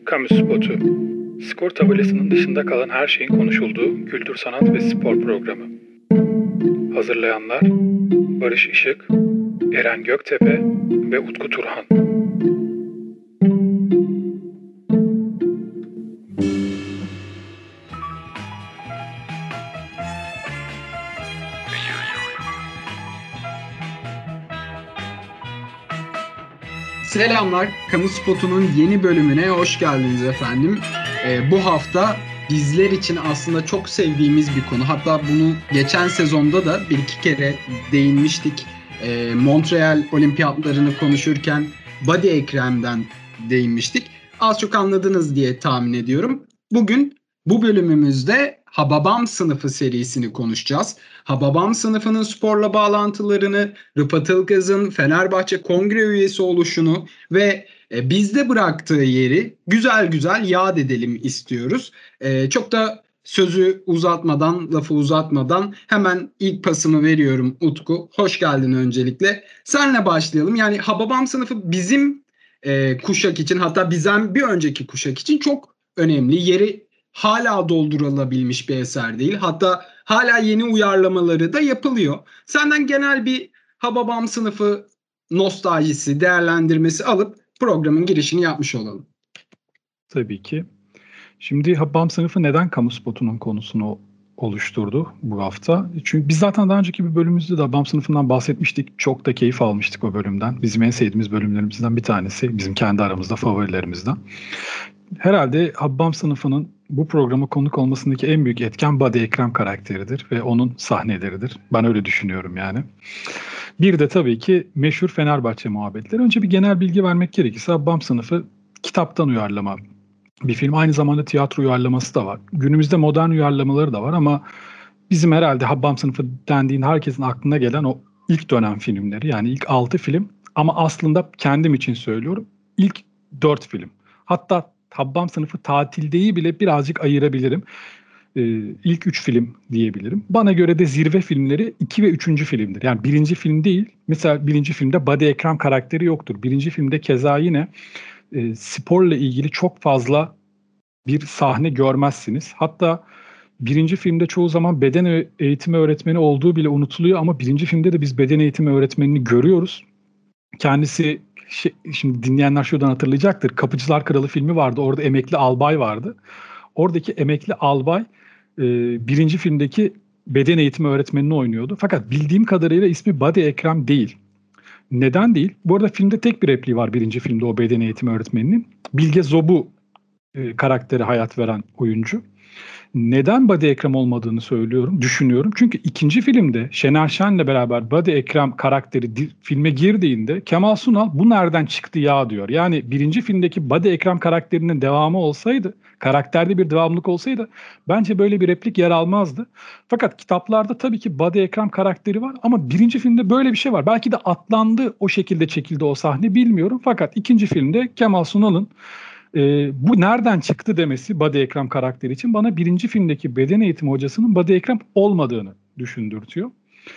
Kamu spotu. Skor tabelasının dışında kalan her şeyin konuşulduğu kültür, sanat ve spor programı. Hazırlayanlar Barış Işık, Eren Göktepe ve Utku Turhan. Selamlar, Kamu Spotu'nun yeni bölümüne hoş geldiniz efendim. Bu hafta bizler için aslında çok sevdiğimiz bir konu. Hatta bunu geçen sezonda da bir iki kere değinmiştik. Montreal Olimpiyatlarını konuşurken Badi Ekrem'den değinmiştik. Az çok anladınız diye tahmin ediyorum. Bugün bu bölümümüzde Hababam Sınıfı serisini konuşacağız. Hababam Sınıfı'nın sporla bağlantılarını, Rıfat Ilgaz'ın Fenerbahçe Kongre üyesi oluşunu ve bizde bıraktığı yeri güzel güzel yad edelim istiyoruz. Çok da sözü uzatmadan, lafı uzatmadan hemen ilk pasımı veriyorum Utku. Hoş geldin öncelikle. Senle başlayalım. Yani Hababam Sınıfı bizim kuşak için, hatta bizden bir önceki kuşak için çok önemli. Yeri hala doldurulabilmiş bir eser değil. Hatta hala yeni uyarlamaları da yapılıyor. Senden genel bir Hababam Sınıfı nostaljisi, değerlendirmesi alıp programın girişini yapmış olalım. Tabii ki. Şimdi Hababam Sınıfı neden kamu spotunun konusunu oluşturdu bu hafta? Çünkü biz zaten daha önceki bir bölümümüzde de Hababam Sınıfı'ndan bahsetmiştik. Çok da keyif almıştık o bölümden. Bizim en sevdiğimiz bölümlerimizden bir tanesi. Bizim kendi aramızda favorilerimizden. Herhalde Hababam Sınıfı'nın bu programa konuk olmasındaki en büyük etken Badi Ekrem karakteridir ve onun sahneleridir. Ben öyle düşünüyorum yani. Bir de tabii ki meşhur Fenerbahçe muhabbetleri. Önce bir genel bilgi vermek gerekirse Hababam Sınıfı kitaptan uyarlama bir film. Aynı zamanda tiyatro uyarlaması da var. Günümüzde modern uyarlamaları da var ama bizim herhalde Hababam Sınıfı dendiğinde herkesin aklına gelen o ilk dönem filmleri. Yani ilk 6 film ama aslında kendim için söylüyorum ilk 4 film. Hatta Hababam Sınıfı Tatilde'yi bile birazcık ayırabilirim. İlk 3 film diyebilirim. Bana göre de zirve filmleri 2 ve 3. filmdir. Yani birinci film değil. Mesela birinci filmde Badi Ekrem karakteri yoktur. Birinci filmde keza yine sporla ilgili çok fazla bir sahne görmezsiniz. Hatta birinci filmde çoğu zaman beden eğitimi öğretmeni olduğu bile unutuluyor ama birinci filmde de biz beden eğitimi öğretmenini görüyoruz. Kendisi şimdi dinleyenler şuradan hatırlayacaktır. Kapıcılar Kralı filmi vardı. Orada emekli albay vardı. Oradaki emekli albay birinci filmdeki beden eğitimi öğretmenini oynuyordu. Fakat bildiğim kadarıyla ismi Badi Ekrem değil. Neden değil? Bu arada filmde tek bir repliği var birinci filmde o beden eğitimi öğretmeninin. Bilge Zobu karakteri hayat veren oyuncu. Neden Badi Ekrem olmadığını düşünüyorum. Çünkü ikinci filmde Şener Şen'le beraber Badi Ekrem karakteri filme girdiğinde Kemal Sunal bu nereden çıktı ya diyor. Yani birinci filmdeki Badi Ekrem karakterinin devamı olsaydı, karakterde bir devamlılık olsaydı bence böyle bir replik yer almazdı. Fakat kitaplarda tabii ki Badi Ekrem karakteri var ama birinci filmde böyle bir şey var. Belki de atlandı, o şekilde çekildi o sahne, bilmiyorum. Fakat ikinci filmde Kemal Sunal'ın bu nereden çıktı demesi Badi Ekrem karakteri için bana birinci filmdeki beden eğitimi hocasının Badi Ekrem olmadığını düşündürtüyor.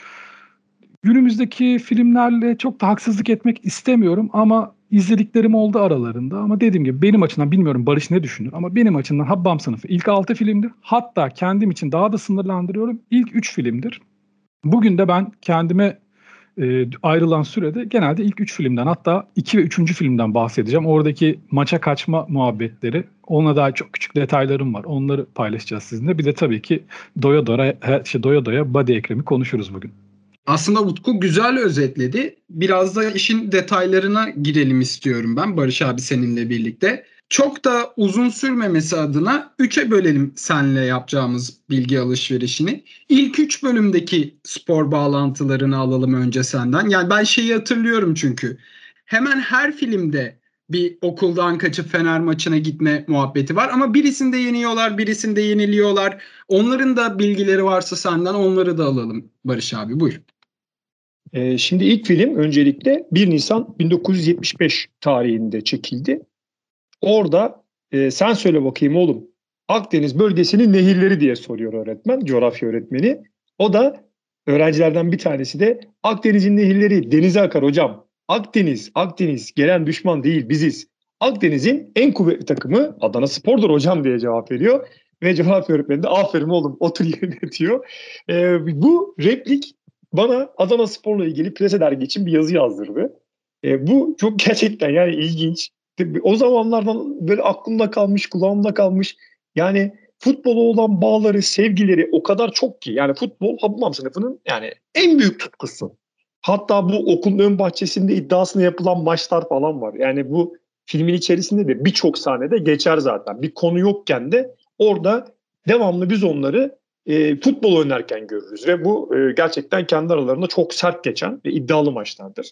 Günümüzdeki filmlerle çok da haksızlık etmek istemiyorum ama izlediklerim oldu aralarında. Ama dediğim gibi benim açımdan, bilmiyorum Barış ne düşünür ama benim açımdan Hababam Sınıfı ilk 6 filmdir. Hatta kendim için daha da sınırlandırıyorum. İlk 3 filmdir. Bugün de ben kendime ayrılan sürede genelde ilk 3 filmden, hatta 2 ve 3. filmden bahsedeceğim. Oradaki maça kaçma muhabbetleri, ona dair çok küçük detaylarım var. Onları paylaşacağız sizinle. Bir de tabii ki doya doya Badi Ekrem'i konuşuruz bugün. Aslında Utku güzel özetledi. Biraz da işin detaylarına girelim istiyorum ben Barış abi seninle birlikte. Çok da uzun sürmemesi adına 3'e bölelim seninle yapacağımız bilgi alışverişini. İlk 3 bölümdeki spor bağlantılarını alalım önce senden. Yani ben şeyi hatırlıyorum çünkü. Hemen her filmde bir okuldan kaçıp Fener maçına gitme muhabbeti var. Ama birisinde yeniyorlar, birisinde yeniliyorlar. Onların da bilgileri varsa senden onları da alalım Barış abi, buyur. Şimdi ilk film öncelikle 1 Nisan 1975 tarihinde çekildi. Orada sen söyle bakayım oğlum, Akdeniz bölgesinin nehirleri diye soruyor öğretmen, coğrafya öğretmeni. O da öğrencilerden bir tanesi de Akdeniz'in nehirleri denize akar hocam. Akdeniz gelen düşman değil biziz. Akdeniz'in en kuvvetli takımı Adanaspor'dur hocam diye cevap veriyor. Ve cevap öğretmeni de aferin oğlum otur yerine diyor. Bu replik bana Adanaspor'la ilgili Plase dergi için bir yazı yazdırdı. Bu çok gerçekten yani ilginç. O zamanlardan böyle aklımda kalmış, kulağımda kalmış. Yani futbola olan bağları, sevgileri o kadar çok ki. Yani futbol Hababam sınıfının yani en büyük tutkusu. Hatta bu okulun ön bahçesinde iddiasına yapılan maçlar falan var. Yani bu filmin içerisinde de birçok sahnede geçer zaten. Bir konu yokken de orada devamlı biz onları futbol oynarken görürüz. Ve bu gerçekten kendi aralarında çok sert geçen ve iddialı maçlardır.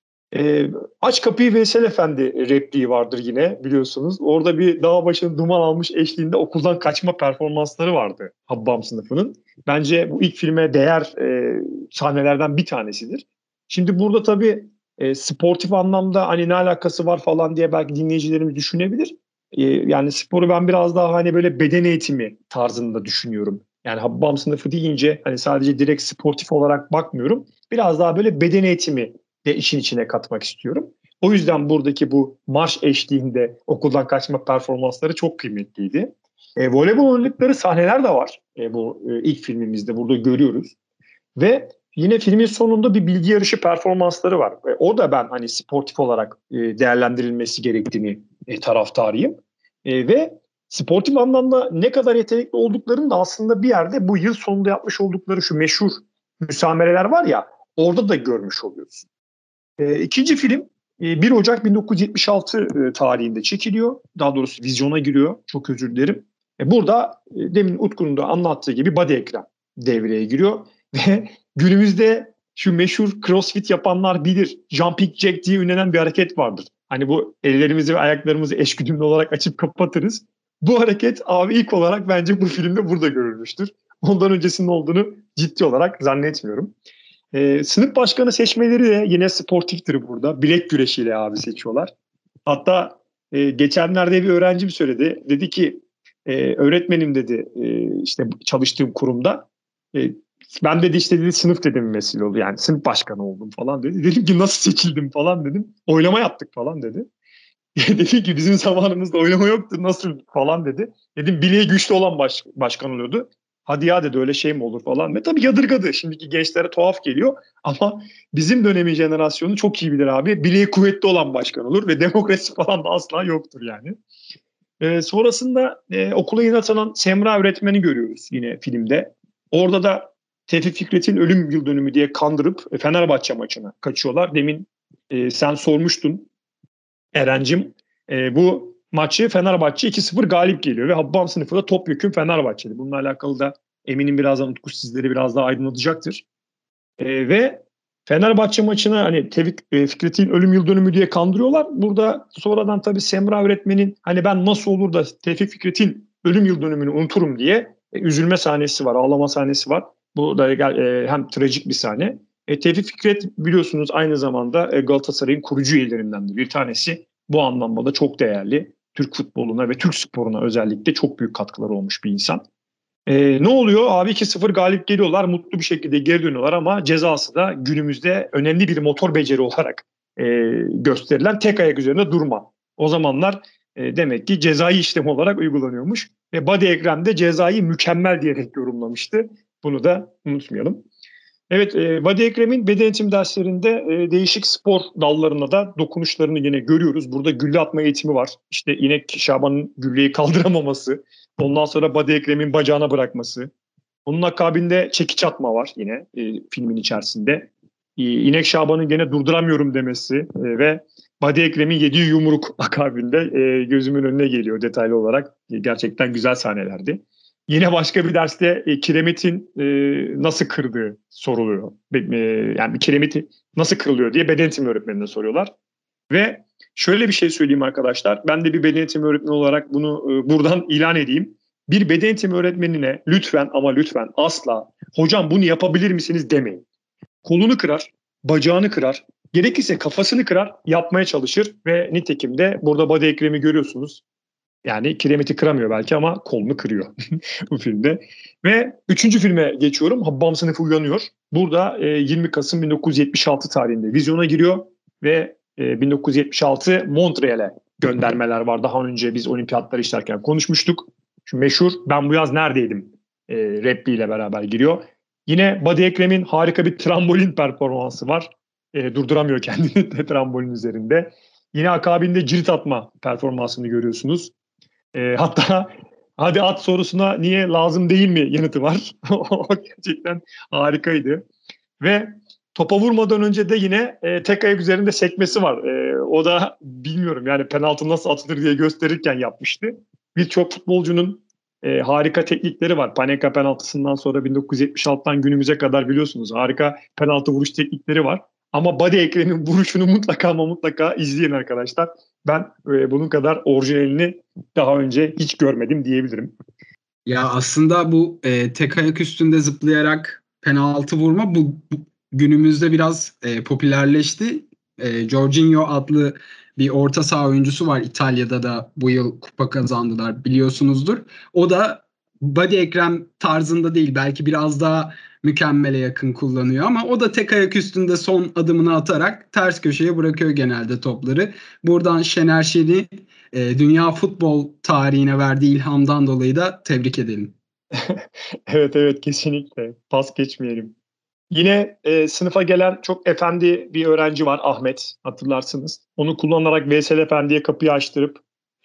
Aç kapıyı Veysel Efendi repliği vardır yine biliyorsunuz. Orada bir dağ başını duman almış eşliğinde okuldan kaçma performansları vardı Hababam sınıfının. Bence bu ilk filme değer sahnelerden bir tanesidir. Şimdi burada tabii sportif anlamda hani ne alakası var falan diye belki dinleyicilerimiz düşünebilir. Yani sporu ben biraz daha hani böyle beden eğitimi tarzında düşünüyorum. Yani Hababam sınıfı deyince hani sadece direkt sportif olarak bakmıyorum. Biraz daha böyle beden eğitimi de işin içine katmak istiyorum. O yüzden buradaki bu marş eşliğinde okuldan kaçma performansları çok kıymetliydi. Voleybol oynadıkları sahneler de var. Bu ilk filmimizde burada görüyoruz. Ve yine filmin sonunda bir bilgi yarışı performansları var. Orada ben hani sportif olarak değerlendirilmesi gerektiğini taraftarıyım. Ve sportif anlamda ne kadar yetenekli olduklarını da aslında bir yerde bu yıl sonunda yapmış oldukları şu meşhur müsamereler var ya orada da görmüş oluyoruz. İkinci film 1 Ocak 1976 tarihinde çekiliyor. Daha doğrusu vizyona giriyor. Çok özür dilerim. Burada demin Utku'nun da anlattığı gibi body ekran devreye giriyor. Ve günümüzde şu meşhur crossfit yapanlar bilir. Jumping jack diye ünlenen bir hareket vardır. Hani bu ellerimizi ve ayaklarımızı eşgüdümlü olarak açıp kapatırız. Bu hareket abi ilk olarak bence bu filmde burada görülmüştür. Ondan öncesinin olduğunu ciddi olarak zannetmiyorum. Sınıf başkanı seçmeleri de yine sportiftir burada. Bilek güreşiyle abi seçiyorlar. Hatta geçenlerde bir öğrencim söyledi. Dedi ki öğretmenim dedi işte çalıştığım kurumda ben dedi işte dedi sınıf dedim vesile oldu. Yani sınıf başkanı oldum falan dedi. Dedim ki nasıl seçildim falan dedim. Oylama yaptık falan dedi. Dedi ki bizim zamanımızda oylama yoktu nasıl falan dedi. Dedim bileği güçlü olan başkan oluyordu. Hadi ya dedi öyle şey mi olur falan. Ve tabii yadırgadı. Şimdiki gençlere tuhaf geliyor. Ama bizim dönemin jenerasyonu çok iyi bilir abi. Bileği kuvvetli olan başkan olur ve demokrasi falan da asla yoktur yani. Sonrasında okula yeni atanan Semra öğretmeni görüyoruz yine filmde. Orada da Tevfik Fikret'in ölüm yıl dönümü diye kandırıp Fenerbahçe maçına kaçıyorlar. Demin sen sormuştun Erencim. Bu maçı Fenerbahçe 2-0 galip geliyor ve Hababam sınıfı da topyekün Fenerbahçeli. Bununla alakalı da eminim birazdan Utku sizleri biraz daha aydınlatacaktır. Ve Fenerbahçe maçına hani Tevfik Fikret'in ölüm yıl dönümü diye kandırıyorlar. Burada sonradan tabii Semra öğretmenin hani ben nasıl olur da Tevfik Fikret'in ölüm yıl dönümünü unuturum diye üzülme sahnesi var, ağlama sahnesi var. Bu da hem trajik bir sahne. Tevfik Fikret biliyorsunuz aynı zamanda Galatasaray'ın kurucu üyelerinden de bir tanesi. Bu anlamda da çok değerli. Türk futboluna ve Türk sporuna özellikle çok büyük katkıları olmuş bir insan. Ne oluyor? Abi 2-0 galip geliyorlar. Mutlu bir şekilde geri dönüyorlar ama cezası da günümüzde önemli bir motor beceri olarak gösterilen tek ayak üzerinde durma. O zamanlar demek ki cezai işlem olarak uygulanıyormuş. Ve Badi Ekrem de cezayı mükemmel diyerek yorumlamıştı. Bunu da unutmayalım. Evet, Badi Ekrem'in beden eğitim derslerinde değişik spor dallarına da dokunuşlarını yine görüyoruz. Burada gülle atma eğitimi var. İşte İnek Şaban'ın gülleyi kaldıramaması. Ondan sonra Badi Ekrem'in bacağına bırakması. Onun akabinde çekiç atma var yine filmin içerisinde. İnek Şaban'ın gene durduramıyorum demesi ve Badi Ekrem'in yediği yumruk akabinde gözümün önüne geliyor detaylı olarak. Gerçekten güzel sahnelerdi. Yine başka bir derste kiremitin nasıl kırdığı soruluyor. Yani kiremiti nasıl kırılıyor diye beden eğitimi öğretmenine soruyorlar. Ve şöyle bir şey söyleyeyim arkadaşlar. Ben de bir beden eğitimi öğretmeni olarak bunu buradan ilan edeyim. Bir beden eğitimi öğretmenine lütfen ama lütfen asla hocam bunu yapabilir misiniz demeyin. Kolunu kırar, bacağını kırar, gerekirse kafasını kırar, yapmaya çalışır ve nitekim de burada Badi Ekrem'i görüyorsunuz. Yani kiremiti kıramıyor belki ama kolunu kırıyor bu filmde. Ve 3. filme geçiyorum. Hababam sınıfı uyanıyor. Burada 20 Kasım 1976 tarihinde vizyona giriyor ve 1976 Montreal'e göndermeler var. Daha önce biz olimpiyatları işlerken konuşmuştuk. Şu meşhur "ben bu yaz neredeydim" repliğiyle beraber giriyor. Yine Badi Ekrem'in harika bir trambolin performansı var. Durduramıyor kendini de trambolin üzerinde. Yine akabinde cirit atma performansını görüyorsunuz. Hatta "hadi at" sorusuna "niye, lazım değil mi" yanıtı var. O gerçekten harikaydı. Ve topa vurmadan önce de yine tek ayak üzerinde sekmesi var. O da bilmiyorum yani penaltı nasıl atılır diye gösterirken yapmıştı. Birçok futbolcunun harika teknikleri var. Panenka penaltısından sonra 1976'dan günümüze kadar biliyorsunuz harika penaltı vuruş teknikleri var. Ama Badi Ekrem'in vuruşunu mutlaka ama mutlaka izleyin arkadaşlar. Ben bunun kadar orijinalini daha önce hiç görmedim diyebilirim. Ya aslında bu tek ayak üstünde zıplayarak penaltı vurma bu günümüzde biraz popülerleşti. Jorginho adlı bir orta saha oyuncusu var. İtalya'da da bu yıl kupa kazandılar, biliyorsunuzdur. O da Badi Ekrem tarzında değil, belki biraz daha mükemmele yakın kullanıyor ama o da tek ayak üstünde son adımını atarak ters köşeye bırakıyor genelde topları. Buradan Şener Şen'i dünya futbol tarihine verdiği ilhamdan dolayı da tebrik edelim. Evet kesinlikle. Pas geçmeyelim. Yine sınıfa gelen çok efendi bir öğrenci var, Ahmet, hatırlarsınız. Onu kullanarak Veysel Efendi'ye kapıyı açtırıp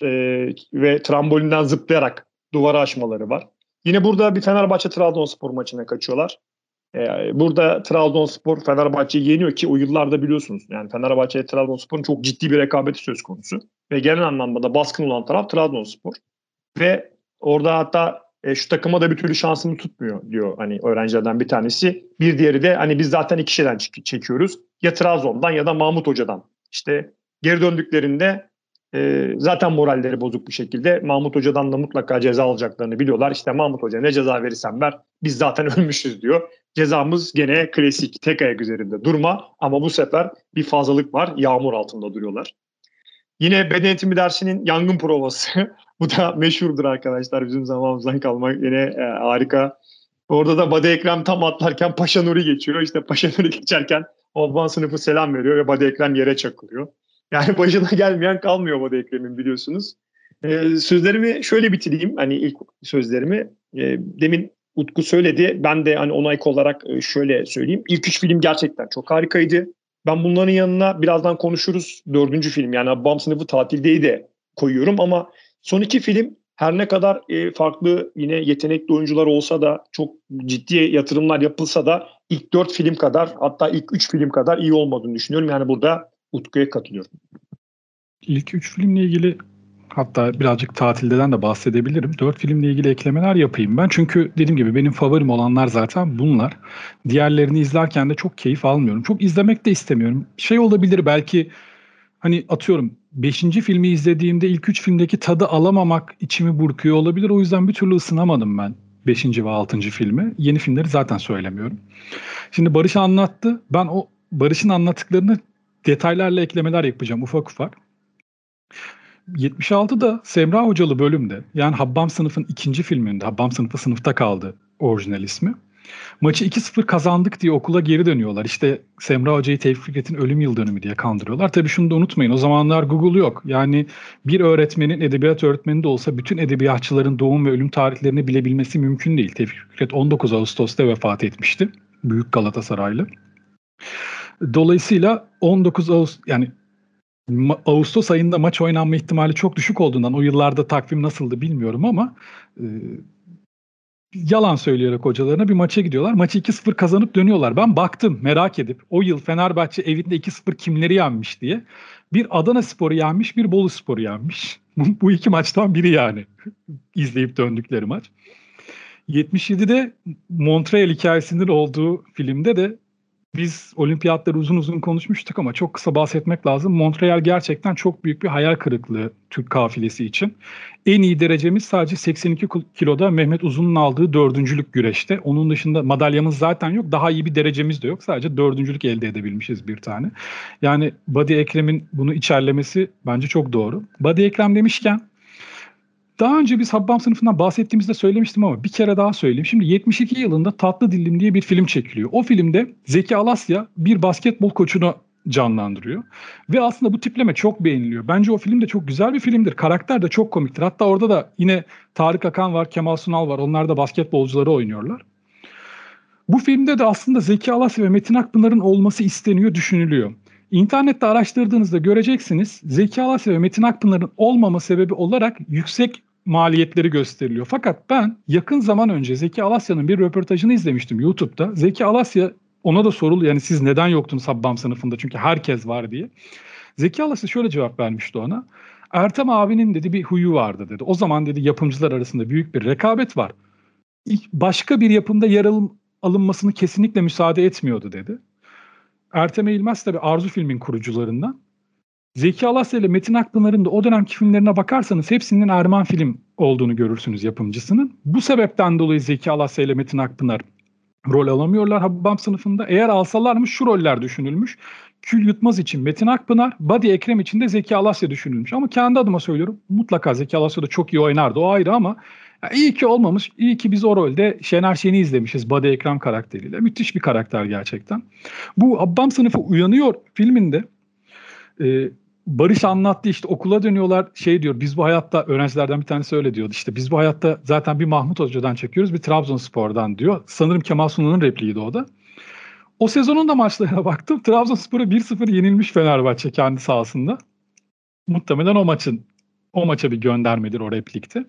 ve trambolinden zıplayarak duvarı aşmaları var. Yine burada bir Fenerbahçe-Trabzonspor maçına kaçıyorlar. Burada Trabzonspor Fenerbahçe'yi yeniyor ki o yıllarda biliyorsunuz yani Fenerbahçe ile Trabzonspor'un çok ciddi bir rekabeti söz konusu. Ve genel anlamda da baskın olan taraf Trabzonspor. Ve orada hatta şu takıma da bir türlü şansımı tutmuyor diyor hani öğrencilerden bir tanesi. Bir diğeri de hani biz zaten iki şeyden çekiyoruz. Ya Trabzon'dan ya da Mahmut Hoca'dan. İşte geri döndüklerinde zaten moralleri bozuk bir şekilde Mahmut Hoca'dan da mutlaka ceza alacaklarını biliyorlar. İşte Mahmut Hoca ne ceza verirsen ver biz zaten ölmüşüz diyor. Cezamız gene klasik tek ayak üzerinde durma ama bu sefer bir fazlalık var, yağmur altında duruyorlar. Yine beden eğitimi dersinin yangın provası. Bu da meşhurdur arkadaşlar, bizim zamanımızdan kalma yine harika. Orada da Badi Ekrem tam atlarken Paşa Nuri geçiyor. İşte Paşa Nuri geçerken Obban sınıfı selam veriyor ve Badi Ekrem yere çakılıyor. Yani başına gelmeyen kalmıyor Badi Ekrem'in, biliyorsunuz. Sözlerimi şöyle bitireyim. Hani ilk sözlerimi demin Utku söyledi. Ben de hani ona ek olarak şöyle söyleyeyim. İlk 3 film gerçekten çok harikaydı. Ben bunların yanına birazdan konuşuruz 4. film yani Hababam Sınıfı Tatilde'yi de koyuyorum ama son 2 film her ne kadar farklı yine yetenekli oyuncular olsa da çok ciddi yatırımlar yapılsa da ilk 4 film kadar hatta ilk 3 film kadar iyi olmadığını düşünüyorum. Yani burada Utku'ya katılıyorum. İlk 3 filmle ilgili hatta birazcık Tatilde'den de bahsedebilirim. 4 filmle ilgili eklemeler yapayım ben. Çünkü dediğim gibi benim favorim olanlar zaten bunlar. Diğerlerini izlerken de çok keyif almıyorum. Çok izlemek de istemiyorum. Şey olabilir belki hani atıyorum 5. filmi izlediğimde ilk 3 filmdeki tadı alamamak içimi burkuyor olabilir. O yüzden bir türlü ısınamadım ben 5. ve 6. filmi. Yeni filmleri zaten söylemiyorum. Şimdi Barış anlattı. Ben o Barış'ın anlattıklarını detaylarla eklemeler yapacağım ufak ufak. 76'da Semra Hocalı bölümde yani Hababam Sınıf'ın 2. filminde Hababam Sınıfı sınıfta kaldı orijinal ismi. Maçı 2-0 kazandık diye okula geri dönüyorlar. İşte Semra Hoca'yı Tevfik Fikret'in ölüm yıl dönümü diye kandırıyorlar. Tabii şunu da unutmayın, o zamanlar Google yok. Yani bir öğretmenin, edebiyat öğretmeni de olsa bütün edebiyatçıların doğum ve ölüm tarihlerini bilebilmesi mümkün değil. Tevfik Fikret 19 Ağustos'ta vefat etmişti. Büyük Galatasaraylı. Dolayısıyla 19 Ağustos yani Ağustos ayında maç oynanma ihtimali çok düşük olduğundan o yıllarda takvim nasıldı bilmiyorum ama yalan söyleyerek hocalarına bir maça gidiyorlar. Maçı 2-0 kazanıp dönüyorlar. Ben baktım merak edip o yıl Fenerbahçe evinde 2-0 kimleri yenmiş diye. Bir Adanaspor'u yenmiş, bir Boluspor'u yenmiş. Bu iki maçtan biri yani izleyip döndükleri maç. 77'de Montreal hikayesinin olduğu filmde de biz olimpiyatları uzun uzun konuşmuştuk ama çok kısa bahsetmek lazım. Montreal gerçekten çok büyük bir hayal kırıklığı Türk kafilesi için. En iyi derecemiz sadece 82 kiloda Mehmet Uzun'un aldığı 4. güreşte. Onun dışında madalyamız zaten yok. Daha iyi bir derecemiz de yok. Sadece 4. elde edebilmişiz bir tane. Yani Badi Ekrem'in bunu içerlemesi bence çok doğru. Badi Ekrem demişken daha önce biz Hababam Sınıfı'ndan bahsettiğimizde söylemiştim ama bir kere daha söyleyeyim. Şimdi 72 yılında Tatlı Dillim diye bir film çekiliyor. O filmde Zeki Alasya bir basketbol koçunu canlandırıyor. Ve aslında bu tipleme çok beğeniliyor. Bence o film de çok güzel bir filmdir. Karakter de çok komiktir. Hatta orada da yine Tarık Akan var, Kemal Sunal var. Onlar da basketbolcuları oynuyorlar. Bu filmde de aslında Zeki Alasya ve Metin Akpınar'ın olması isteniyor, düşünülüyor. İnternette araştırdığınızda göreceksiniz, Zeki Alasya ve Metin Akpınar'ın olmama sebebi olarak yüksek maliyetleri gösteriliyor. Fakat ben yakın zaman önce Zeki Alasya'nın bir röportajını izlemiştim YouTube'da. Zeki Alasya, ona da soruldu yani siz neden yoktunuz Habbam sınıfında, çünkü herkes var diye. Zeki Alasya şöyle cevap vermişti ona. Ertem abinin dedi bir huyu vardı dedi. O zaman dedi yapımcılar arasında büyük bir rekabet var. Başka bir yapımda yer alınmasını kesinlikle müsaade etmiyordu dedi. Ertem Eğilmez tabii Arzu filmin kurucularından. Zeki Alasya ile Metin Akpınar'ın da o dönemki filmlerine bakarsanız hepsinin Erman Film olduğunu görürsünüz yapımcısının. Bu sebepten dolayı Zeki Alasya ile Metin Akpınar rol alamıyorlar Hababam sınıfında. Eğer alsalarmış şu roller düşünülmüş. Kül Yutmaz için Metin Akpınar, Badi Ekrem için de Zeki Alasya düşünülmüş. Ama kendi adıma söylüyorum, mutlaka Zeki Alasya da çok iyi oynardı, o ayrı, ama iyi ki olmamış. İyi ki biz o rolde Şener Şen'i izlemişiz Badi Ekrem karakteriyle. Müthiş bir karakter gerçekten. Bu Hababam Sınıfı Uyanıyor filminde Barış anlattı, işte okula dönüyorlar, şey diyor, biz bu hayatta, öğrencilerden bir tanesi öyle diyordu, işte biz bu hayatta zaten bir Mahmut Hoca'dan çekiyoruz, bir Trabzonspor'dan diyor. Sanırım Kemal Sunal'ın repliğiydi o da. O sezonun da maçlarına baktım. Trabzonspor'a 1-0 yenilmiş Fenerbahçe kendi sahasında. Muhtemelen o maça bir göndermedir o replikte.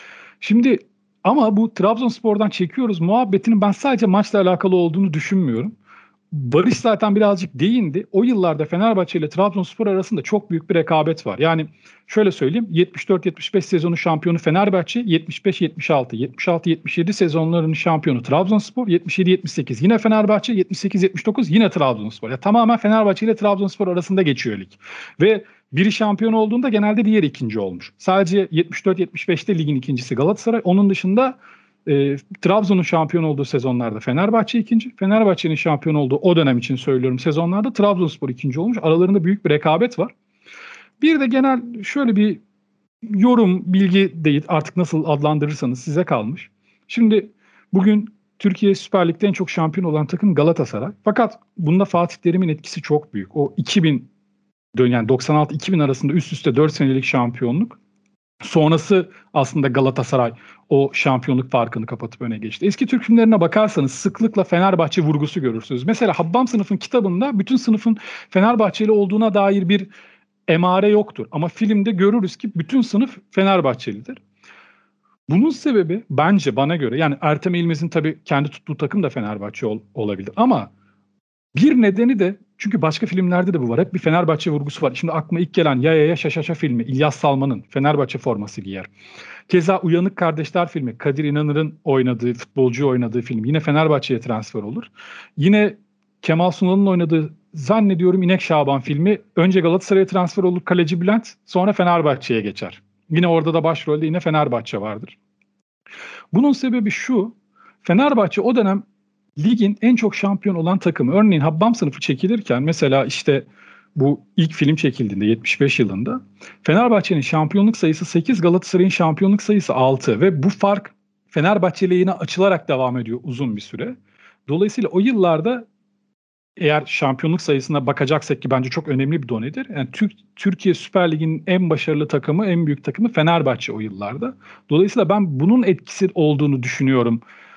Şimdi ama bu Trabzonspor'dan çekiyoruz muhabbetinin ben sadece maçla alakalı olduğunu düşünmüyorum. Barış zaten birazcık değindi. O yıllarda Fenerbahçe ile Trabzonspor arasında çok büyük bir rekabet var. Yani şöyle söyleyeyim, 74-75 sezonu şampiyonu Fenerbahçe, 75-76, 76-77 sezonlarının şampiyonu Trabzonspor, 77-78 yine Fenerbahçe, 78-79 yine Trabzonspor. Yani tamamen Fenerbahçe ile Trabzonspor arasında geçiyor lig. Ve biri şampiyon olduğunda genelde diğeri ikinci olmuş. Sadece 74-75'te ligin ikincisi Galatasaray. Onun dışında Trabzon'un şampiyon olduğu sezonlarda Fenerbahçe ikinci. Fenerbahçe'nin şampiyon olduğu o dönem için söylüyorum sezonlarda Trabzonspor ikinci olmuş. Aralarında büyük bir rekabet var. Bir de genel şöyle bir yorum, bilgi değil, artık nasıl adlandırırsanız size kalmış. Şimdi bugün Türkiye Süper Lig'de en çok şampiyon olan takım Galatasaray. Fakat bunda Fatih Terim'in etkisi çok büyük. O 2000 yani 96-2000 arasında üst üste 4 senelik şampiyonluk. Sonrası aslında Galatasaray o şampiyonluk farkını kapatıp öne geçti. Eski Türk filmlerine bakarsanız sıklıkla Fenerbahçe vurgusu görürsünüz. Mesela Hababam Sınıf'ın kitabında bütün sınıfın Fenerbahçeli olduğuna dair bir emare yoktur. Ama filmde görürüz ki bütün sınıf Fenerbahçelidir. Bunun sebebi bence, bana göre, yani Ertem İlmez'in tabii kendi tuttuğu takım da Fenerbahçe olabilir. Ama bir nedeni de, çünkü başka filmlerde de bu var. Hep bir Fenerbahçe vurgusu var. Şimdi aklıma ilk gelen Ya Ya Ya Şaşaşa filmi. İlyas Salman'ın Fenerbahçe forması giyer. Keza Uyanık Kardeşler filmi. Kadir İnanır'ın oynadığı, futbolcu oynadığı film. Yine Fenerbahçe'ye transfer olur. Yine Kemal Sunal'ın oynadığı, zannediyorum, İnek Şaban filmi. Önce Galatasaray'a transfer olur kaleci Bülent. Sonra Fenerbahçe'ye geçer. Yine orada da başrolde yine Fenerbahçe vardır. Bunun sebebi şu. Fenerbahçe o dönem ligin en çok şampiyon olan takımı. Örneğin Hababam Sınıfı çekilirken mesela işte bu ilk film çekildiğinde 75 yılında Fenerbahçe'nin şampiyonluk sayısı 8, Galatasaray'ın şampiyonluk sayısı 6 ve bu fark Fenerbahçe lehine açılarak devam ediyor uzun bir süre. Dolayısıyla o yıllarda, eğer şampiyonluk sayısına bakacaksak ki bence çok önemli bir donedir. Yani Türkiye Süper Ligi'nin en başarılı takımı, en büyük takımı Fenerbahçe o yıllarda. Dolayısıyla ben bunun etkisi olduğunu düşünüyorum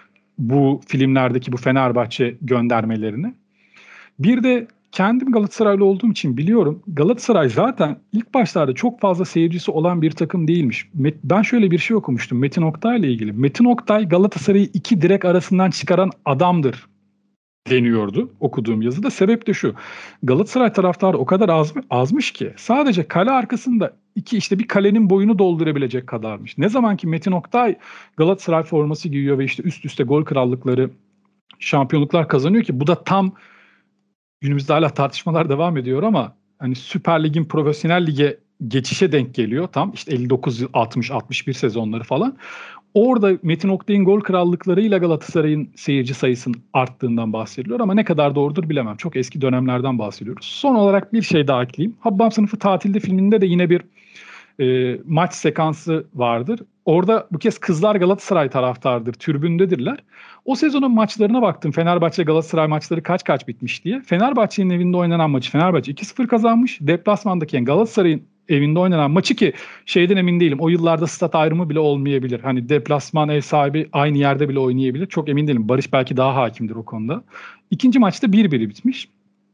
bu filmlerdeki bu Fenerbahçe göndermelerini. Bir de kendim Galatasaraylı olduğum için biliyorum. Galatasaray zaten ilk başlarda çok fazla seyircisi olan bir takım değilmiş. Ben şöyle bir şey okumuştum Metin Oktay ile ilgili. Metin Oktay Galatasaray'ı iki direk arasından çıkaran adamdır deniyordu okuduğum yazıda. Sebep de şu. Galatasaray taraftarı o kadar azmış ki sadece kale arkasında işte bir kalenin boyunu doldurabilecek kadarmış. Ne zaman ki Metin Oktay Galatasaray forması giyiyor ve işte üst üste gol krallıkları, şampiyonluklar kazanıyor ki bu da tam günümüzde hala tartışmalar devam ediyor ama hani Süper Lig'in profesyonel lige geçişe denk geliyor tam işte 59 60 61 sezonları falan. Orada Metin Oktay'ın gol krallıklarıyla Galatasaray'ın seyirci sayısının arttığından bahsediliyor ama ne kadar doğrudur bilemem. Çok eski dönemlerden bahsediyoruz. Son olarak bir şey daha ekleyeyim. Hababam Sınıfı Tatilde filminde de yine bir maç sekansı vardır. Orada bu kez kızlar Galatasaray taraftardır, tribündedirler. O sezonun maçlarına baktım. Fenerbahçe Galatasaray maçları kaç bitmiş diye. Fenerbahçe'nin evinde oynanan maçı Fenerbahçe 2-0 kazanmış. Deplasmandaki, yani Galatasaray'ın evinde oynanan maçı, ki şeyden emin değilim. O yıllarda stat ayrımı bile olmayabilir. Hani deplasman ev sahibi aynı yerde bile oynayabilir. Çok emin değilim. Barış belki daha hakimdir o konuda. İkinci maçta 1-1 bitmiş.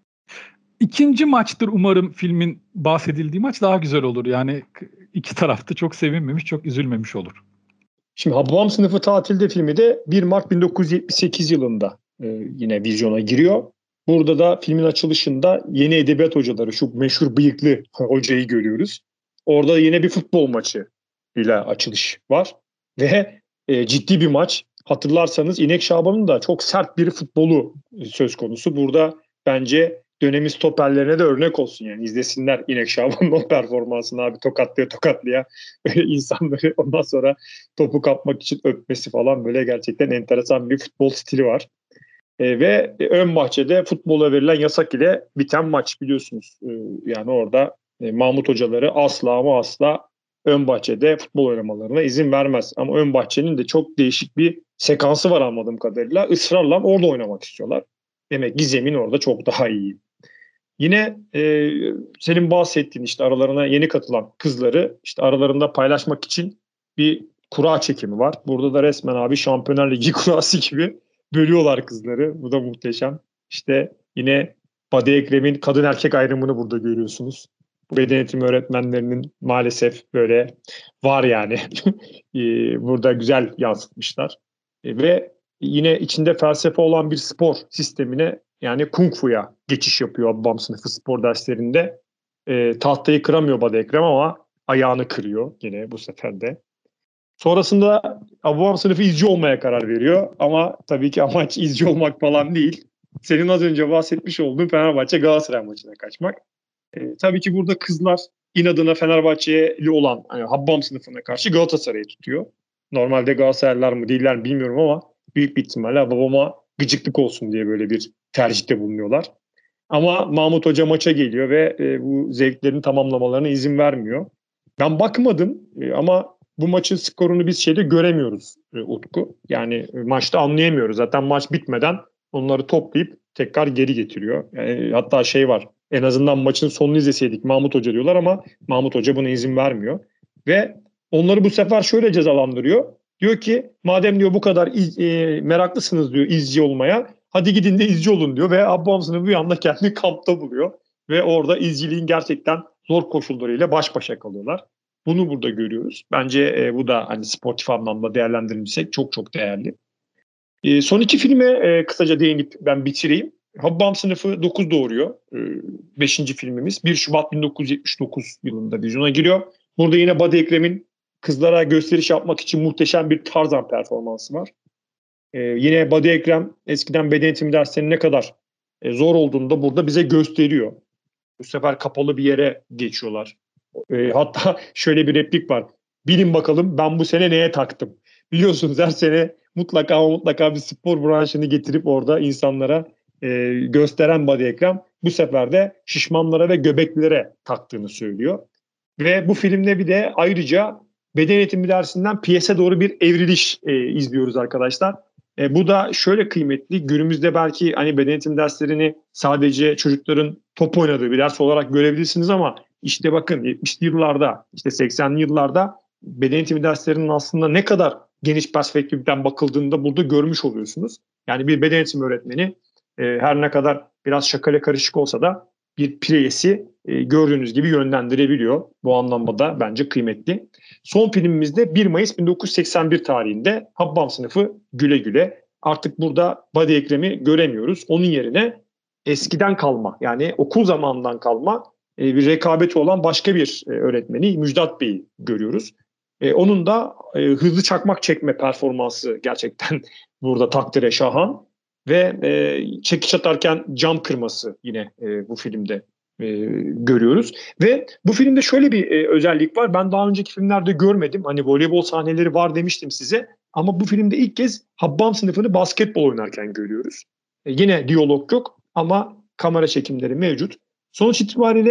İkinci maçtır umarım filmin bahsedildiği maç daha güzel olur. Yani iki tarafta çok sevinmemiş, çok üzülmemiş olur. Şimdi Hababam Sınıfı Tatilde filmi de 1 Mart 1978 yılında yine vizyona giriyor. Burada da filmin açılışında yeni edebiyat hocaları, şu meşhur bıyıklı hocayı görüyoruz. Orada yine bir futbol maçı ile açılış var. Ve ciddi bir maç. Hatırlarsanız İnek Şaban'ın da çok sert bir futbolu söz konusu. Burada bence dönemin stoperlerine de örnek olsun, yani izlesinler İnek Şaban'ın o performansını, abi tokatlaya böyle insanları ondan sonra topu kapmak için öpmesi falan, böyle gerçekten enteresan bir futbol stili var. Ve ön bahçede futbola verilen yasak ile biten maç, biliyorsunuz. Yani orada Mahmut hocaları asla ama asla ön bahçede futbol oynamalarına izin vermez. Ama ön bahçenin de çok değişik bir sekansı var anladığım kadarıyla. Israrla orada oynamak istiyorlar. Demek ki zemin orada çok daha iyi. Yine senin bahsettiğin işte aralarına yeni katılan kızları işte aralarında paylaşmak için bir kura çekimi var. Burada da resmen abi Şampiyonlar Ligi kurası gibi bölüyorlar kızları. Bu da muhteşem. İşte yine Badi Ekrem'in kadın erkek ayrımını burada görüyorsunuz. Bu beden eğitimi öğretmenlerinin maalesef böyle var yani. Burada güzel yansıtmışlar. Ve yine içinde felsefe olan bir spor sistemine, yani Kung Fu'ya geçiş yapıyor Hababam Sınıfı spor derslerinde. Tahtayı kıramıyor Badi Ekrem ama ayağını kırıyor yine bu sefer de. Sonrasında Hababam Sınıfı izci olmaya karar veriyor. Ama tabii ki amaç izci olmak falan değil. Senin az önce bahsetmiş olduğun Fenerbahçe Galatasaray maçına kaçmak. Tabii ki burada kızlar inadına Fenerbahçeli olan hani Hababam Sınıfı'na karşı Galatasaray'ı tutuyor. Normalde Galatasaraylılar mı değiller mi bilmiyorum ama büyük bir ihtimalle babama gıcıklık olsun diye böyle bir tercihte bulunuyorlar. Ama Mahmut Hoca maça geliyor ve bu zevklerini tamamlamalarına izin vermiyor. Ben bakmadım ama bu maçın skorunu biz göremiyoruz Utku. Yani maçta anlayamıyoruz. Zaten maç bitmeden onları toplayıp tekrar geri getiriyor. Yani hatta var, en azından maçın sonunu izleseydik Mahmut Hoca diyorlar ama Mahmut Hoca buna izin vermiyor. Ve onları bu sefer şöyle cezalandırıyor. Diyor ki madem diyor bu kadar meraklısınız diyor izci olmaya, hadi gidin de izci olun diyor. Ve Hababam Sınıfı bir anda kendini kampta buluyor. Ve orada izciliğin gerçekten zor koşullarıyla baş başa kalıyorlar. Bunu burada görüyoruz. Bence bu da hani sportif anlamda değerlendirilmişsek çok çok değerli. Son iki filme kısaca değinip ben bitireyim. Hababam Sınıfı 9 doğuruyor. 5. filmimiz. 1 Şubat 1979 yılında vizyona giriyor. Burada yine Badi Ekrem'in kızlara gösteriş yapmak için muhteşem bir Tarzan performansı var. Yine Badi Ekrem eskiden beden eğitimi derslerinin ne kadar zor olduğunu da burada bize gösteriyor. Bu sefer kapalı bir yere geçiyorlar. Hatta şöyle bir replik var. Bilin bakalım ben bu sene neye taktım? Biliyorsunuz her sene mutlaka bir spor branşını getirip orada insanlara gösteren Badi Ekrem bu sefer de şişmanlara ve göbeklilere taktığını söylüyor. Ve bu filmde bir de ayrıca beden eğitimi dersinden piyese doğru bir evriliş izliyoruz arkadaşlar. Bu da şöyle kıymetli. Günümüzde belki hani beden eğitimi derslerini sadece çocukların top oynadığı bir ders olarak görebilirsiniz ama işte bakın 70'li yıllarda, işte 80'li yıllarda beden eğitimi derslerinin aslında ne kadar geniş perspektiften bakıldığında burada görmüş oluyorsunuz. Yani bir beden eğitimi öğretmeni her ne kadar biraz şakayla karışık olsa da bir pireyesi gördüğünüz gibi yönlendirebiliyor. Bu anlamda da bence kıymetli. Son filmimizde 1 Mayıs 1981 tarihinde Hababam Sınıfı Güle Güle. Artık burada Badi Ekrem'i göremiyoruz. Onun yerine eskiden kalma, yani okul zamanından kalma bir rekabeti olan başka bir öğretmeni Müjdat Bey'i görüyoruz. Onun da hızlı çakmak çekme performansı gerçekten burada takdire şahan. Ve çekiç atarken cam kırması yine bu filmde görüyoruz. Ve bu filmde şöyle bir özellik var. Ben daha önceki filmlerde görmedim. Hani voleybol sahneleri var demiştim size. Ama bu filmde ilk kez Hababam Sınıfı'nı basketbol oynarken görüyoruz. Yine diyalog yok ama kamera çekimleri mevcut. Sonuç itibariyle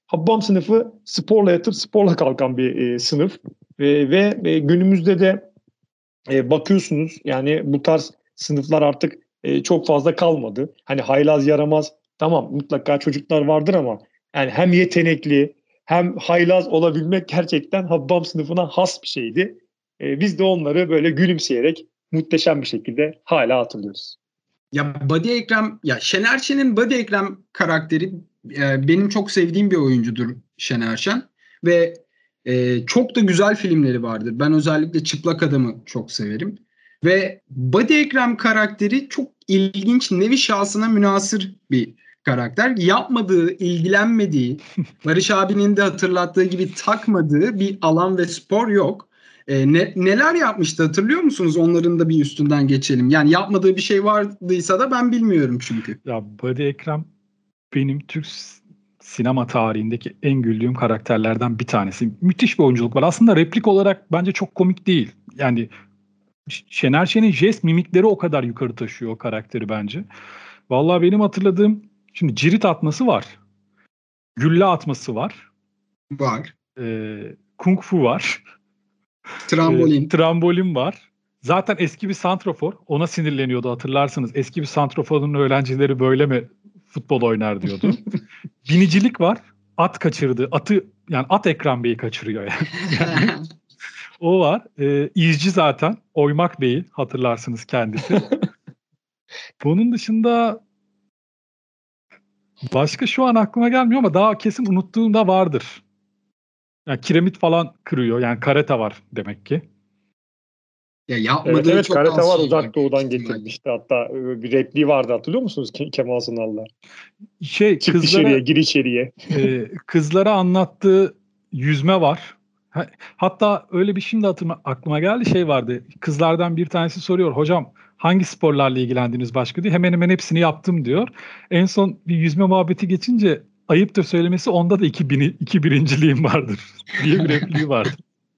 Hababam sınıfı sporla yatıp sporla kalkan bir sınıf. Ve günümüzde de bakıyorsunuz yani bu tarz sınıflar artık çok fazla kalmadı. Hani haylaz yaramaz tamam mutlaka çocuklar vardır ama yani hem yetenekli hem haylaz olabilmek gerçekten Hababam sınıfına has bir şeydi. Biz de onları böyle gülümseyerek muhteşem bir şekilde hala hatırlıyoruz. Ya Badi Ekrem, ya Şener Şen'in Badi Ekrem karakteri benim çok sevdiğim bir oyuncudur Şener Şen ve çok da güzel filmleri vardır. Ben özellikle Çıplak Adam'ı çok severim. Ve Badi Ekrem karakteri çok ilginç, nevi şahsına münhasır bir karakter. Yapmadığı, ilgilenmediği, Barış abinin de hatırlattığı gibi takmadığı bir alan ve spor yok. Neler yapmıştı hatırlıyor musunuz? Onların da bir üstünden geçelim. Yani yapmadığı bir şey vardıysa da ben bilmiyorum çünkü. Ya Badi Ekrem benim Türk sinema tarihindeki en güldüğüm karakterlerden bir tanesi. Müthiş bir oyunculuk var. Aslında replik olarak bence çok komik değil. Yani Şener Şen'in jest mimikleri o kadar yukarı taşıyor o karakteri bence. Vallahi benim hatırladığım şimdi cirit atması var. Gülle atması var. Var. Kung fu var. Trambolin. Trambolin var. Zaten eski bir santrafor. Ona sinirleniyordu hatırlarsınız. Eski bir santraforun öğrencileri böyle mi futbol oynar diyordu. Binicilik var. At kaçırdı. Yani at Ekrem Bey'i kaçırıyor yani. O var. İzci zaten. Oymak Bey'i hatırlarsınız kendisi. Bunun dışında başka şu an aklıma gelmiyor ama daha kesin unuttuğum da vardır. Yani kiremit falan kırıyor. Yani karate var demek ki. Ya yapmadığı evet çok karate az var şey Uzak Doğu'dan ihtimalle. getirmişti. Hatta bir repliği vardı hatırlıyor musunuz Kemal Sunal'la? Çık Kızlara, dışarıya gir içeriye. Kızlara anlattığı yüzme var. Hatta öyle bir şimdi aklıma geldi şey vardı. Kızlardan bir tanesi soruyor. Hocam hangi sporlarla ilgilendiniz başka diyor. Hemen hemen hepsini yaptım diyor. En son bir yüzme muhabbeti geçince ayıptır söylemesi onda da iki birinciliğim vardır diye bir repliği vardı.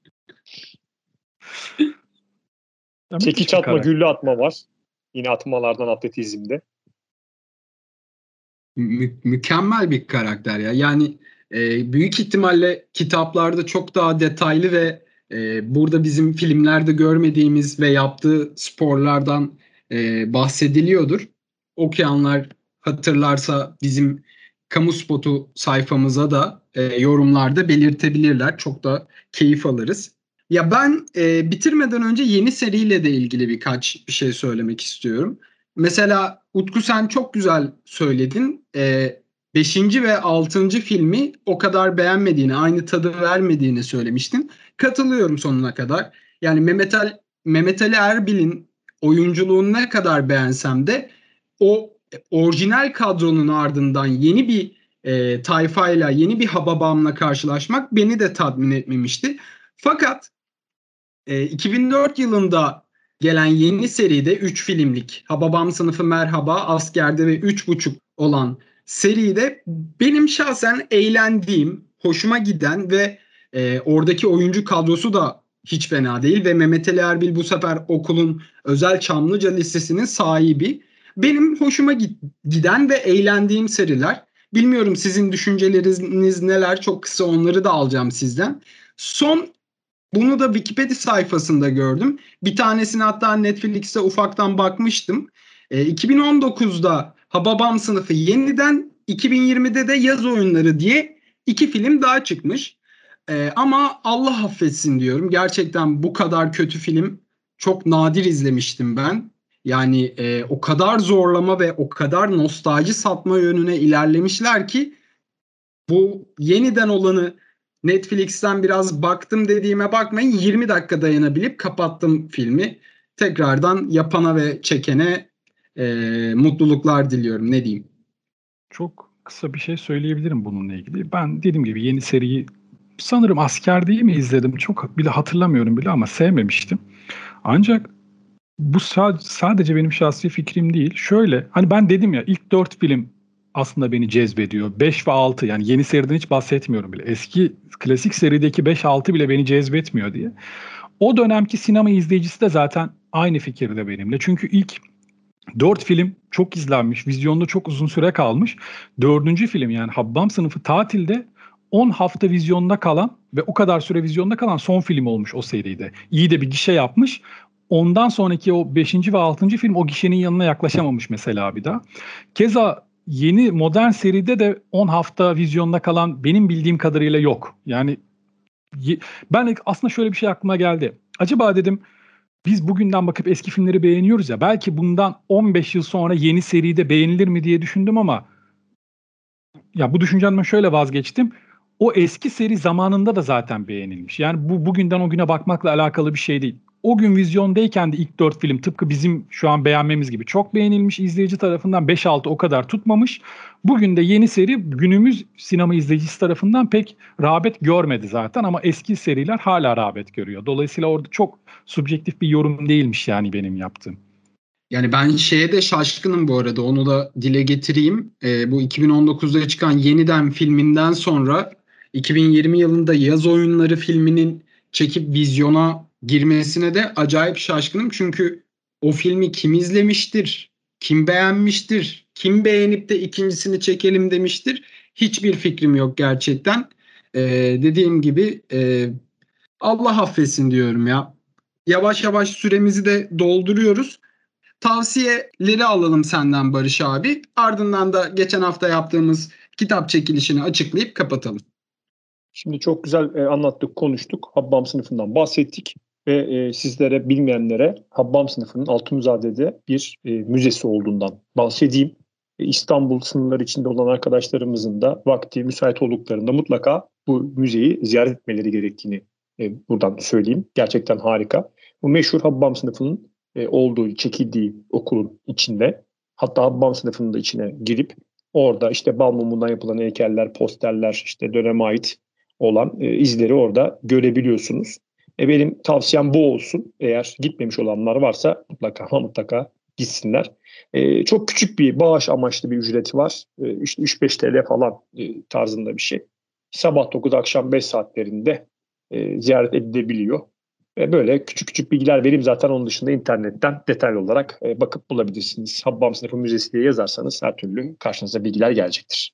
Çekiç atma, güllü atma var. Yine atmalardan atletizmde. Mükemmel bir karakter ya. Yani büyük ihtimalle kitaplarda çok daha detaylı ve burada bizim filmlerde görmediğimiz ve yaptığı sporlardan bahsediliyordur. Okuyanlar hatırlarsa bizim kamu spotu sayfamıza da yorumlarda belirtebilirler. Çok da keyif alırız. Ya ben bitirmeden önce yeni seriyle de ilgili birkaç bir şey söylemek istiyorum. Mesela Utku sen çok güzel söyledin. Beşinci ve altıncı filmi o kadar beğenmediğini, aynı tadı vermediğini söylemiştin. Katılıyorum sonuna kadar. Yani Mehmet Ali Erbil'in oyunculuğunu ne kadar beğensem de o orijinal kadronun ardından yeni bir tayfayla, yeni bir Hababam'la karşılaşmak beni de tatmin etmemişti. Fakat 2004 yılında gelen yeni seride 3 filmlik Hababam Sınıfı Merhaba, Asker'de ve 3,5 olan seride benim şahsen eğlendiğim, hoşuma giden ve oradaki oyuncu kadrosu da hiç fena değil ve Mehmet Ali Erbil bu sefer okulun özel Çamlıca Lisesi'nin sahibi. Benim hoşuma giden ve eğlendiğim seriler. Bilmiyorum sizin düşünceleriniz neler, çok kısa onları da alacağım sizden. Bunu da Wikipedia sayfasında gördüm. Bir tanesini hatta Netflix'te ufaktan bakmıştım. 2019'da Hababam Sınıfı yeniden, 2020'de de Yaz Oyunları diye 2 film daha çıkmış. Ama Allah affetsin diyorum. Gerçekten bu kadar kötü film çok nadir izlemiştim ben. Yani o kadar zorlama ve o kadar nostalji satma yönüne ilerlemişler ki bu yeniden olanı Netflix'ten biraz baktım dediğime bakmayın. 20 dakika dayanabilip kapattım filmi. Tekrardan yapana ve çekene mutluluklar diliyorum. Ne diyeyim? Çok kısa bir şey söyleyebilirim bununla ilgili. Ben dediğim gibi yeni seriyi sanırım Asker değil mi izledim? Çok bile hatırlamıyorum bile ama sevmemiştim. Ancak bu sadece benim şahsi fikrim değil. Şöyle hani ben dedim ya ilk 4 film aslında beni cezbediyor. 5 ve 6 yani yeni seriden hiç bahsetmiyorum bile. Eski klasik serideki 5-6 bile beni cezbetmiyor diye. O dönemki sinema izleyicisi de zaten aynı fikirde benimle. Çünkü ilk 4 film çok izlenmiş, vizyonda çok uzun süre kalmış. 4. film yani Hababam Sınıfı tatilde 10 hafta vizyonda kalan ve o kadar süre vizyonda kalan son film olmuş o seride. İyi de bir gişe yapmış. Ondan sonraki o 5. ve 6. film o gişenin yanına yaklaşamamış mesela bir daha. Keza yeni modern seride de 10 hafta vizyonda kalan benim bildiğim kadarıyla yok. Yani ben aslında şöyle bir şey aklıma geldi. Acaba dedim biz bugünden bakıp eski filmleri beğeniyoruz ya, belki bundan 15 yıl sonra yeni seride beğenilir mi diye düşündüm ama ya bu düşüncemden şöyle vazgeçtim. O eski seri zamanında da zaten beğenilmiş. Yani bu bugünden o güne bakmakla alakalı bir şey değil. O gün vizyondayken de ilk 4 film tıpkı bizim şu an beğenmemiz gibi çok beğenilmiş. İzleyici tarafından 5-6 o kadar tutmamış. Bugün de yeni seri günümüz sinema izleyicisi tarafından pek rağbet görmedi zaten ama eski seriler hala rağbet görüyor. Dolayısıyla orada çok subjektif bir yorum değilmiş yani benim yaptığım. Yani ben şeye de şaşkınım bu arada, onu da dile getireyim. Bu 2019'da çıkan Yeniden filminden sonra 2020 yılında Yaz Oyunları filminin çekip vizyona girmesine de acayip şaşkınım. Çünkü o filmi kim izlemiştir, kim beğenmiştir, kim beğenip de ikincisini çekelim demiştir. Hiçbir fikrim yok gerçekten. Dediğim gibi Allah affetsin diyorum ya. Yavaş yavaş süremizi de dolduruyoruz. Tavsiyeleri alalım senden Barış abi. Ardından da geçen hafta yaptığımız kitap çekilişini açıklayıp kapatalım. Şimdi çok güzel anlattık, konuştuk. Habbam sınıfından bahsettik. Ve sizlere, bilmeyenlere Habbam sınıfının Altunizade'de bir müzesi olduğundan bahsedeyim. İstanbul sınırları içinde olan arkadaşlarımızın da vakti müsait olduklarında mutlaka bu müzeyi ziyaret etmeleri gerektiğini buradan söyleyeyim. Gerçekten harika. Bu meşhur Habbam sınıfının olduğu, çekildiği okulun içinde, hatta Habbam sınıfının da içine girip orada işte bal mumundan yapılan heykeller, posterler, işte döneme ait olan izleri orada görebiliyorsunuz. Benim tavsiyem bu olsun. Eğer gitmemiş olanlar varsa mutlaka gitsinler. Çok küçük bir bağış amaçlı bir ücreti var. İşte 3-5 TL falan tarzında bir şey. Sabah 9 akşam 5 saatlerinde ziyaret edilebiliyor. Böyle küçük bilgiler vereyim, zaten onun dışında internetten detaylı olarak bakıp bulabilirsiniz. Habbam Sınıfı Müzesi diye yazarsanız her türlü karşınıza bilgiler gelecektir.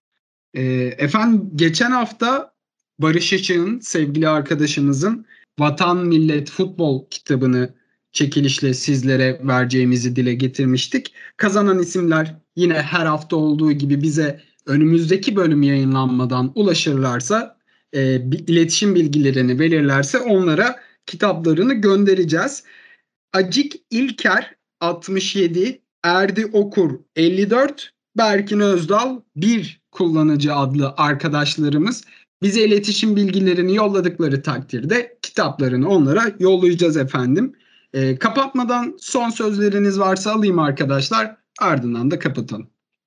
Efendim geçen hafta Barış Işık'ın, sevgili arkadaşımızın Vatan Millet Futbol kitabını çekilişle sizlere vereceğimizi dile getirmiştik. Kazanan isimler yine her hafta olduğu gibi bize önümüzdeki bölüm yayınlanmadan ulaşırlarsa, iletişim bilgilerini verirlerse onlara kitaplarını göndereceğiz. Acik İlker 67, Erdi Okur 54, Berkin Özdal 1 kullanıcı adlı arkadaşlarımız bize iletişim bilgilerini yolladıkları takdirde kitaplarını onlara yollayacağız efendim. Kapatmadan son sözleriniz varsa alayım arkadaşlar. Ardından da kapatalım.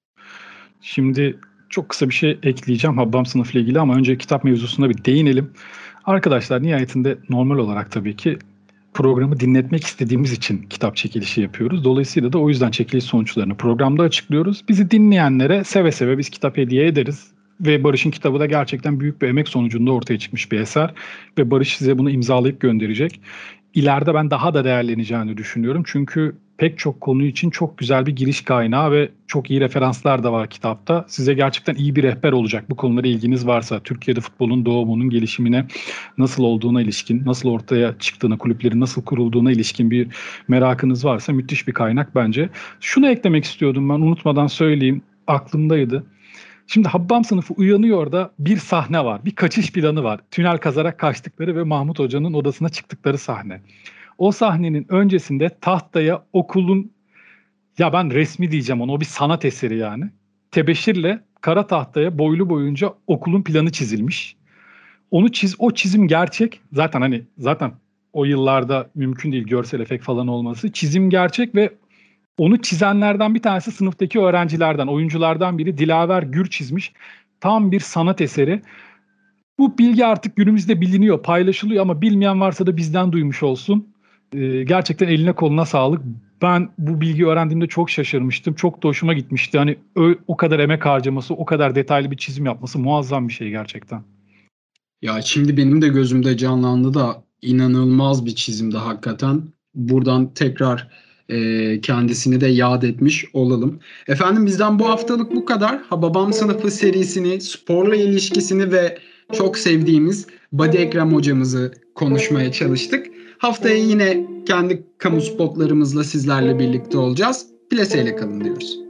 Şimdi çok kısa bir şey ekleyeceğim Habbam sınıfla ilgili ama önce kitap mevzusuna bir değinelim. Arkadaşlar nihayetinde normal olarak tabii ki programı dinletmek istediğimiz için kitap çekilişi yapıyoruz. Dolayısıyla da o yüzden çekiliş sonuçlarını programda açıklıyoruz. Bizi dinleyenlere seve seve biz kitap hediye ederiz. Ve Barış'ın kitabı da gerçekten büyük bir emek sonucunda ortaya çıkmış bir eser. Ve Barış size bunu imzalayıp gönderecek. İleride ben daha da değerleneceğini düşünüyorum. Çünkü pek çok konu için çok güzel bir giriş kaynağı ve çok iyi referanslar da var kitapta. Size gerçekten iyi bir rehber olacak bu konulara ilginiz varsa. Türkiye'de futbolun doğumunun gelişimine nasıl olduğuna ilişkin, nasıl ortaya çıktığına, kulüplerin nasıl kurulduğuna ilişkin bir merakınız varsa müthiş bir kaynak bence. Şunu eklemek istiyordum, ben unutmadan söyleyeyim, aklımdaydı. Şimdi Habbam sınıfı uyanıyor da bir sahne var. Bir kaçış planı var. Tünel kazarak kaçtıkları ve Mahmut Hoca'nın odasına çıktıkları sahne. O sahnenin öncesinde tahtaya okulun, ya ben resmi diyeceğim ona, o bir sanat eseri yani. Tebeşirle kara tahtaya boylu boyunca okulun planı çizilmiş. O çizim gerçek. Zaten o yıllarda mümkün değil görsel efekt falan olması. Çizim gerçek ve onu çizenlerden bir tanesi sınıftaki öğrencilerden, oyunculardan biri Dilaver Gür çizmiş. Tam bir sanat eseri. Bu bilgi artık günümüzde biliniyor, paylaşılıyor ama bilmeyen varsa da bizden duymuş olsun. Gerçekten eline koluna sağlık. Ben bu bilgiyi öğrendiğimde çok şaşırmıştım. Çok da hoşuma gitmişti. Hani o kadar emek harcaması, o kadar detaylı bir çizim yapması muazzam bir şey gerçekten. Ya şimdi benim de gözümde canlandı da inanılmaz bir çizimdi hakikaten. Buradan tekrar Kendisini de yad etmiş olalım. Efendim bizden bu haftalık bu kadar. Hababam Sınıfı serisini, sporla ilişkisini ve çok sevdiğimiz Badi Ekrem hocamızı konuşmaya çalıştık. Haftaya yine kendi kamu spotlarımızla sizlerle birlikte olacağız. Plaseyle kalın diyoruz.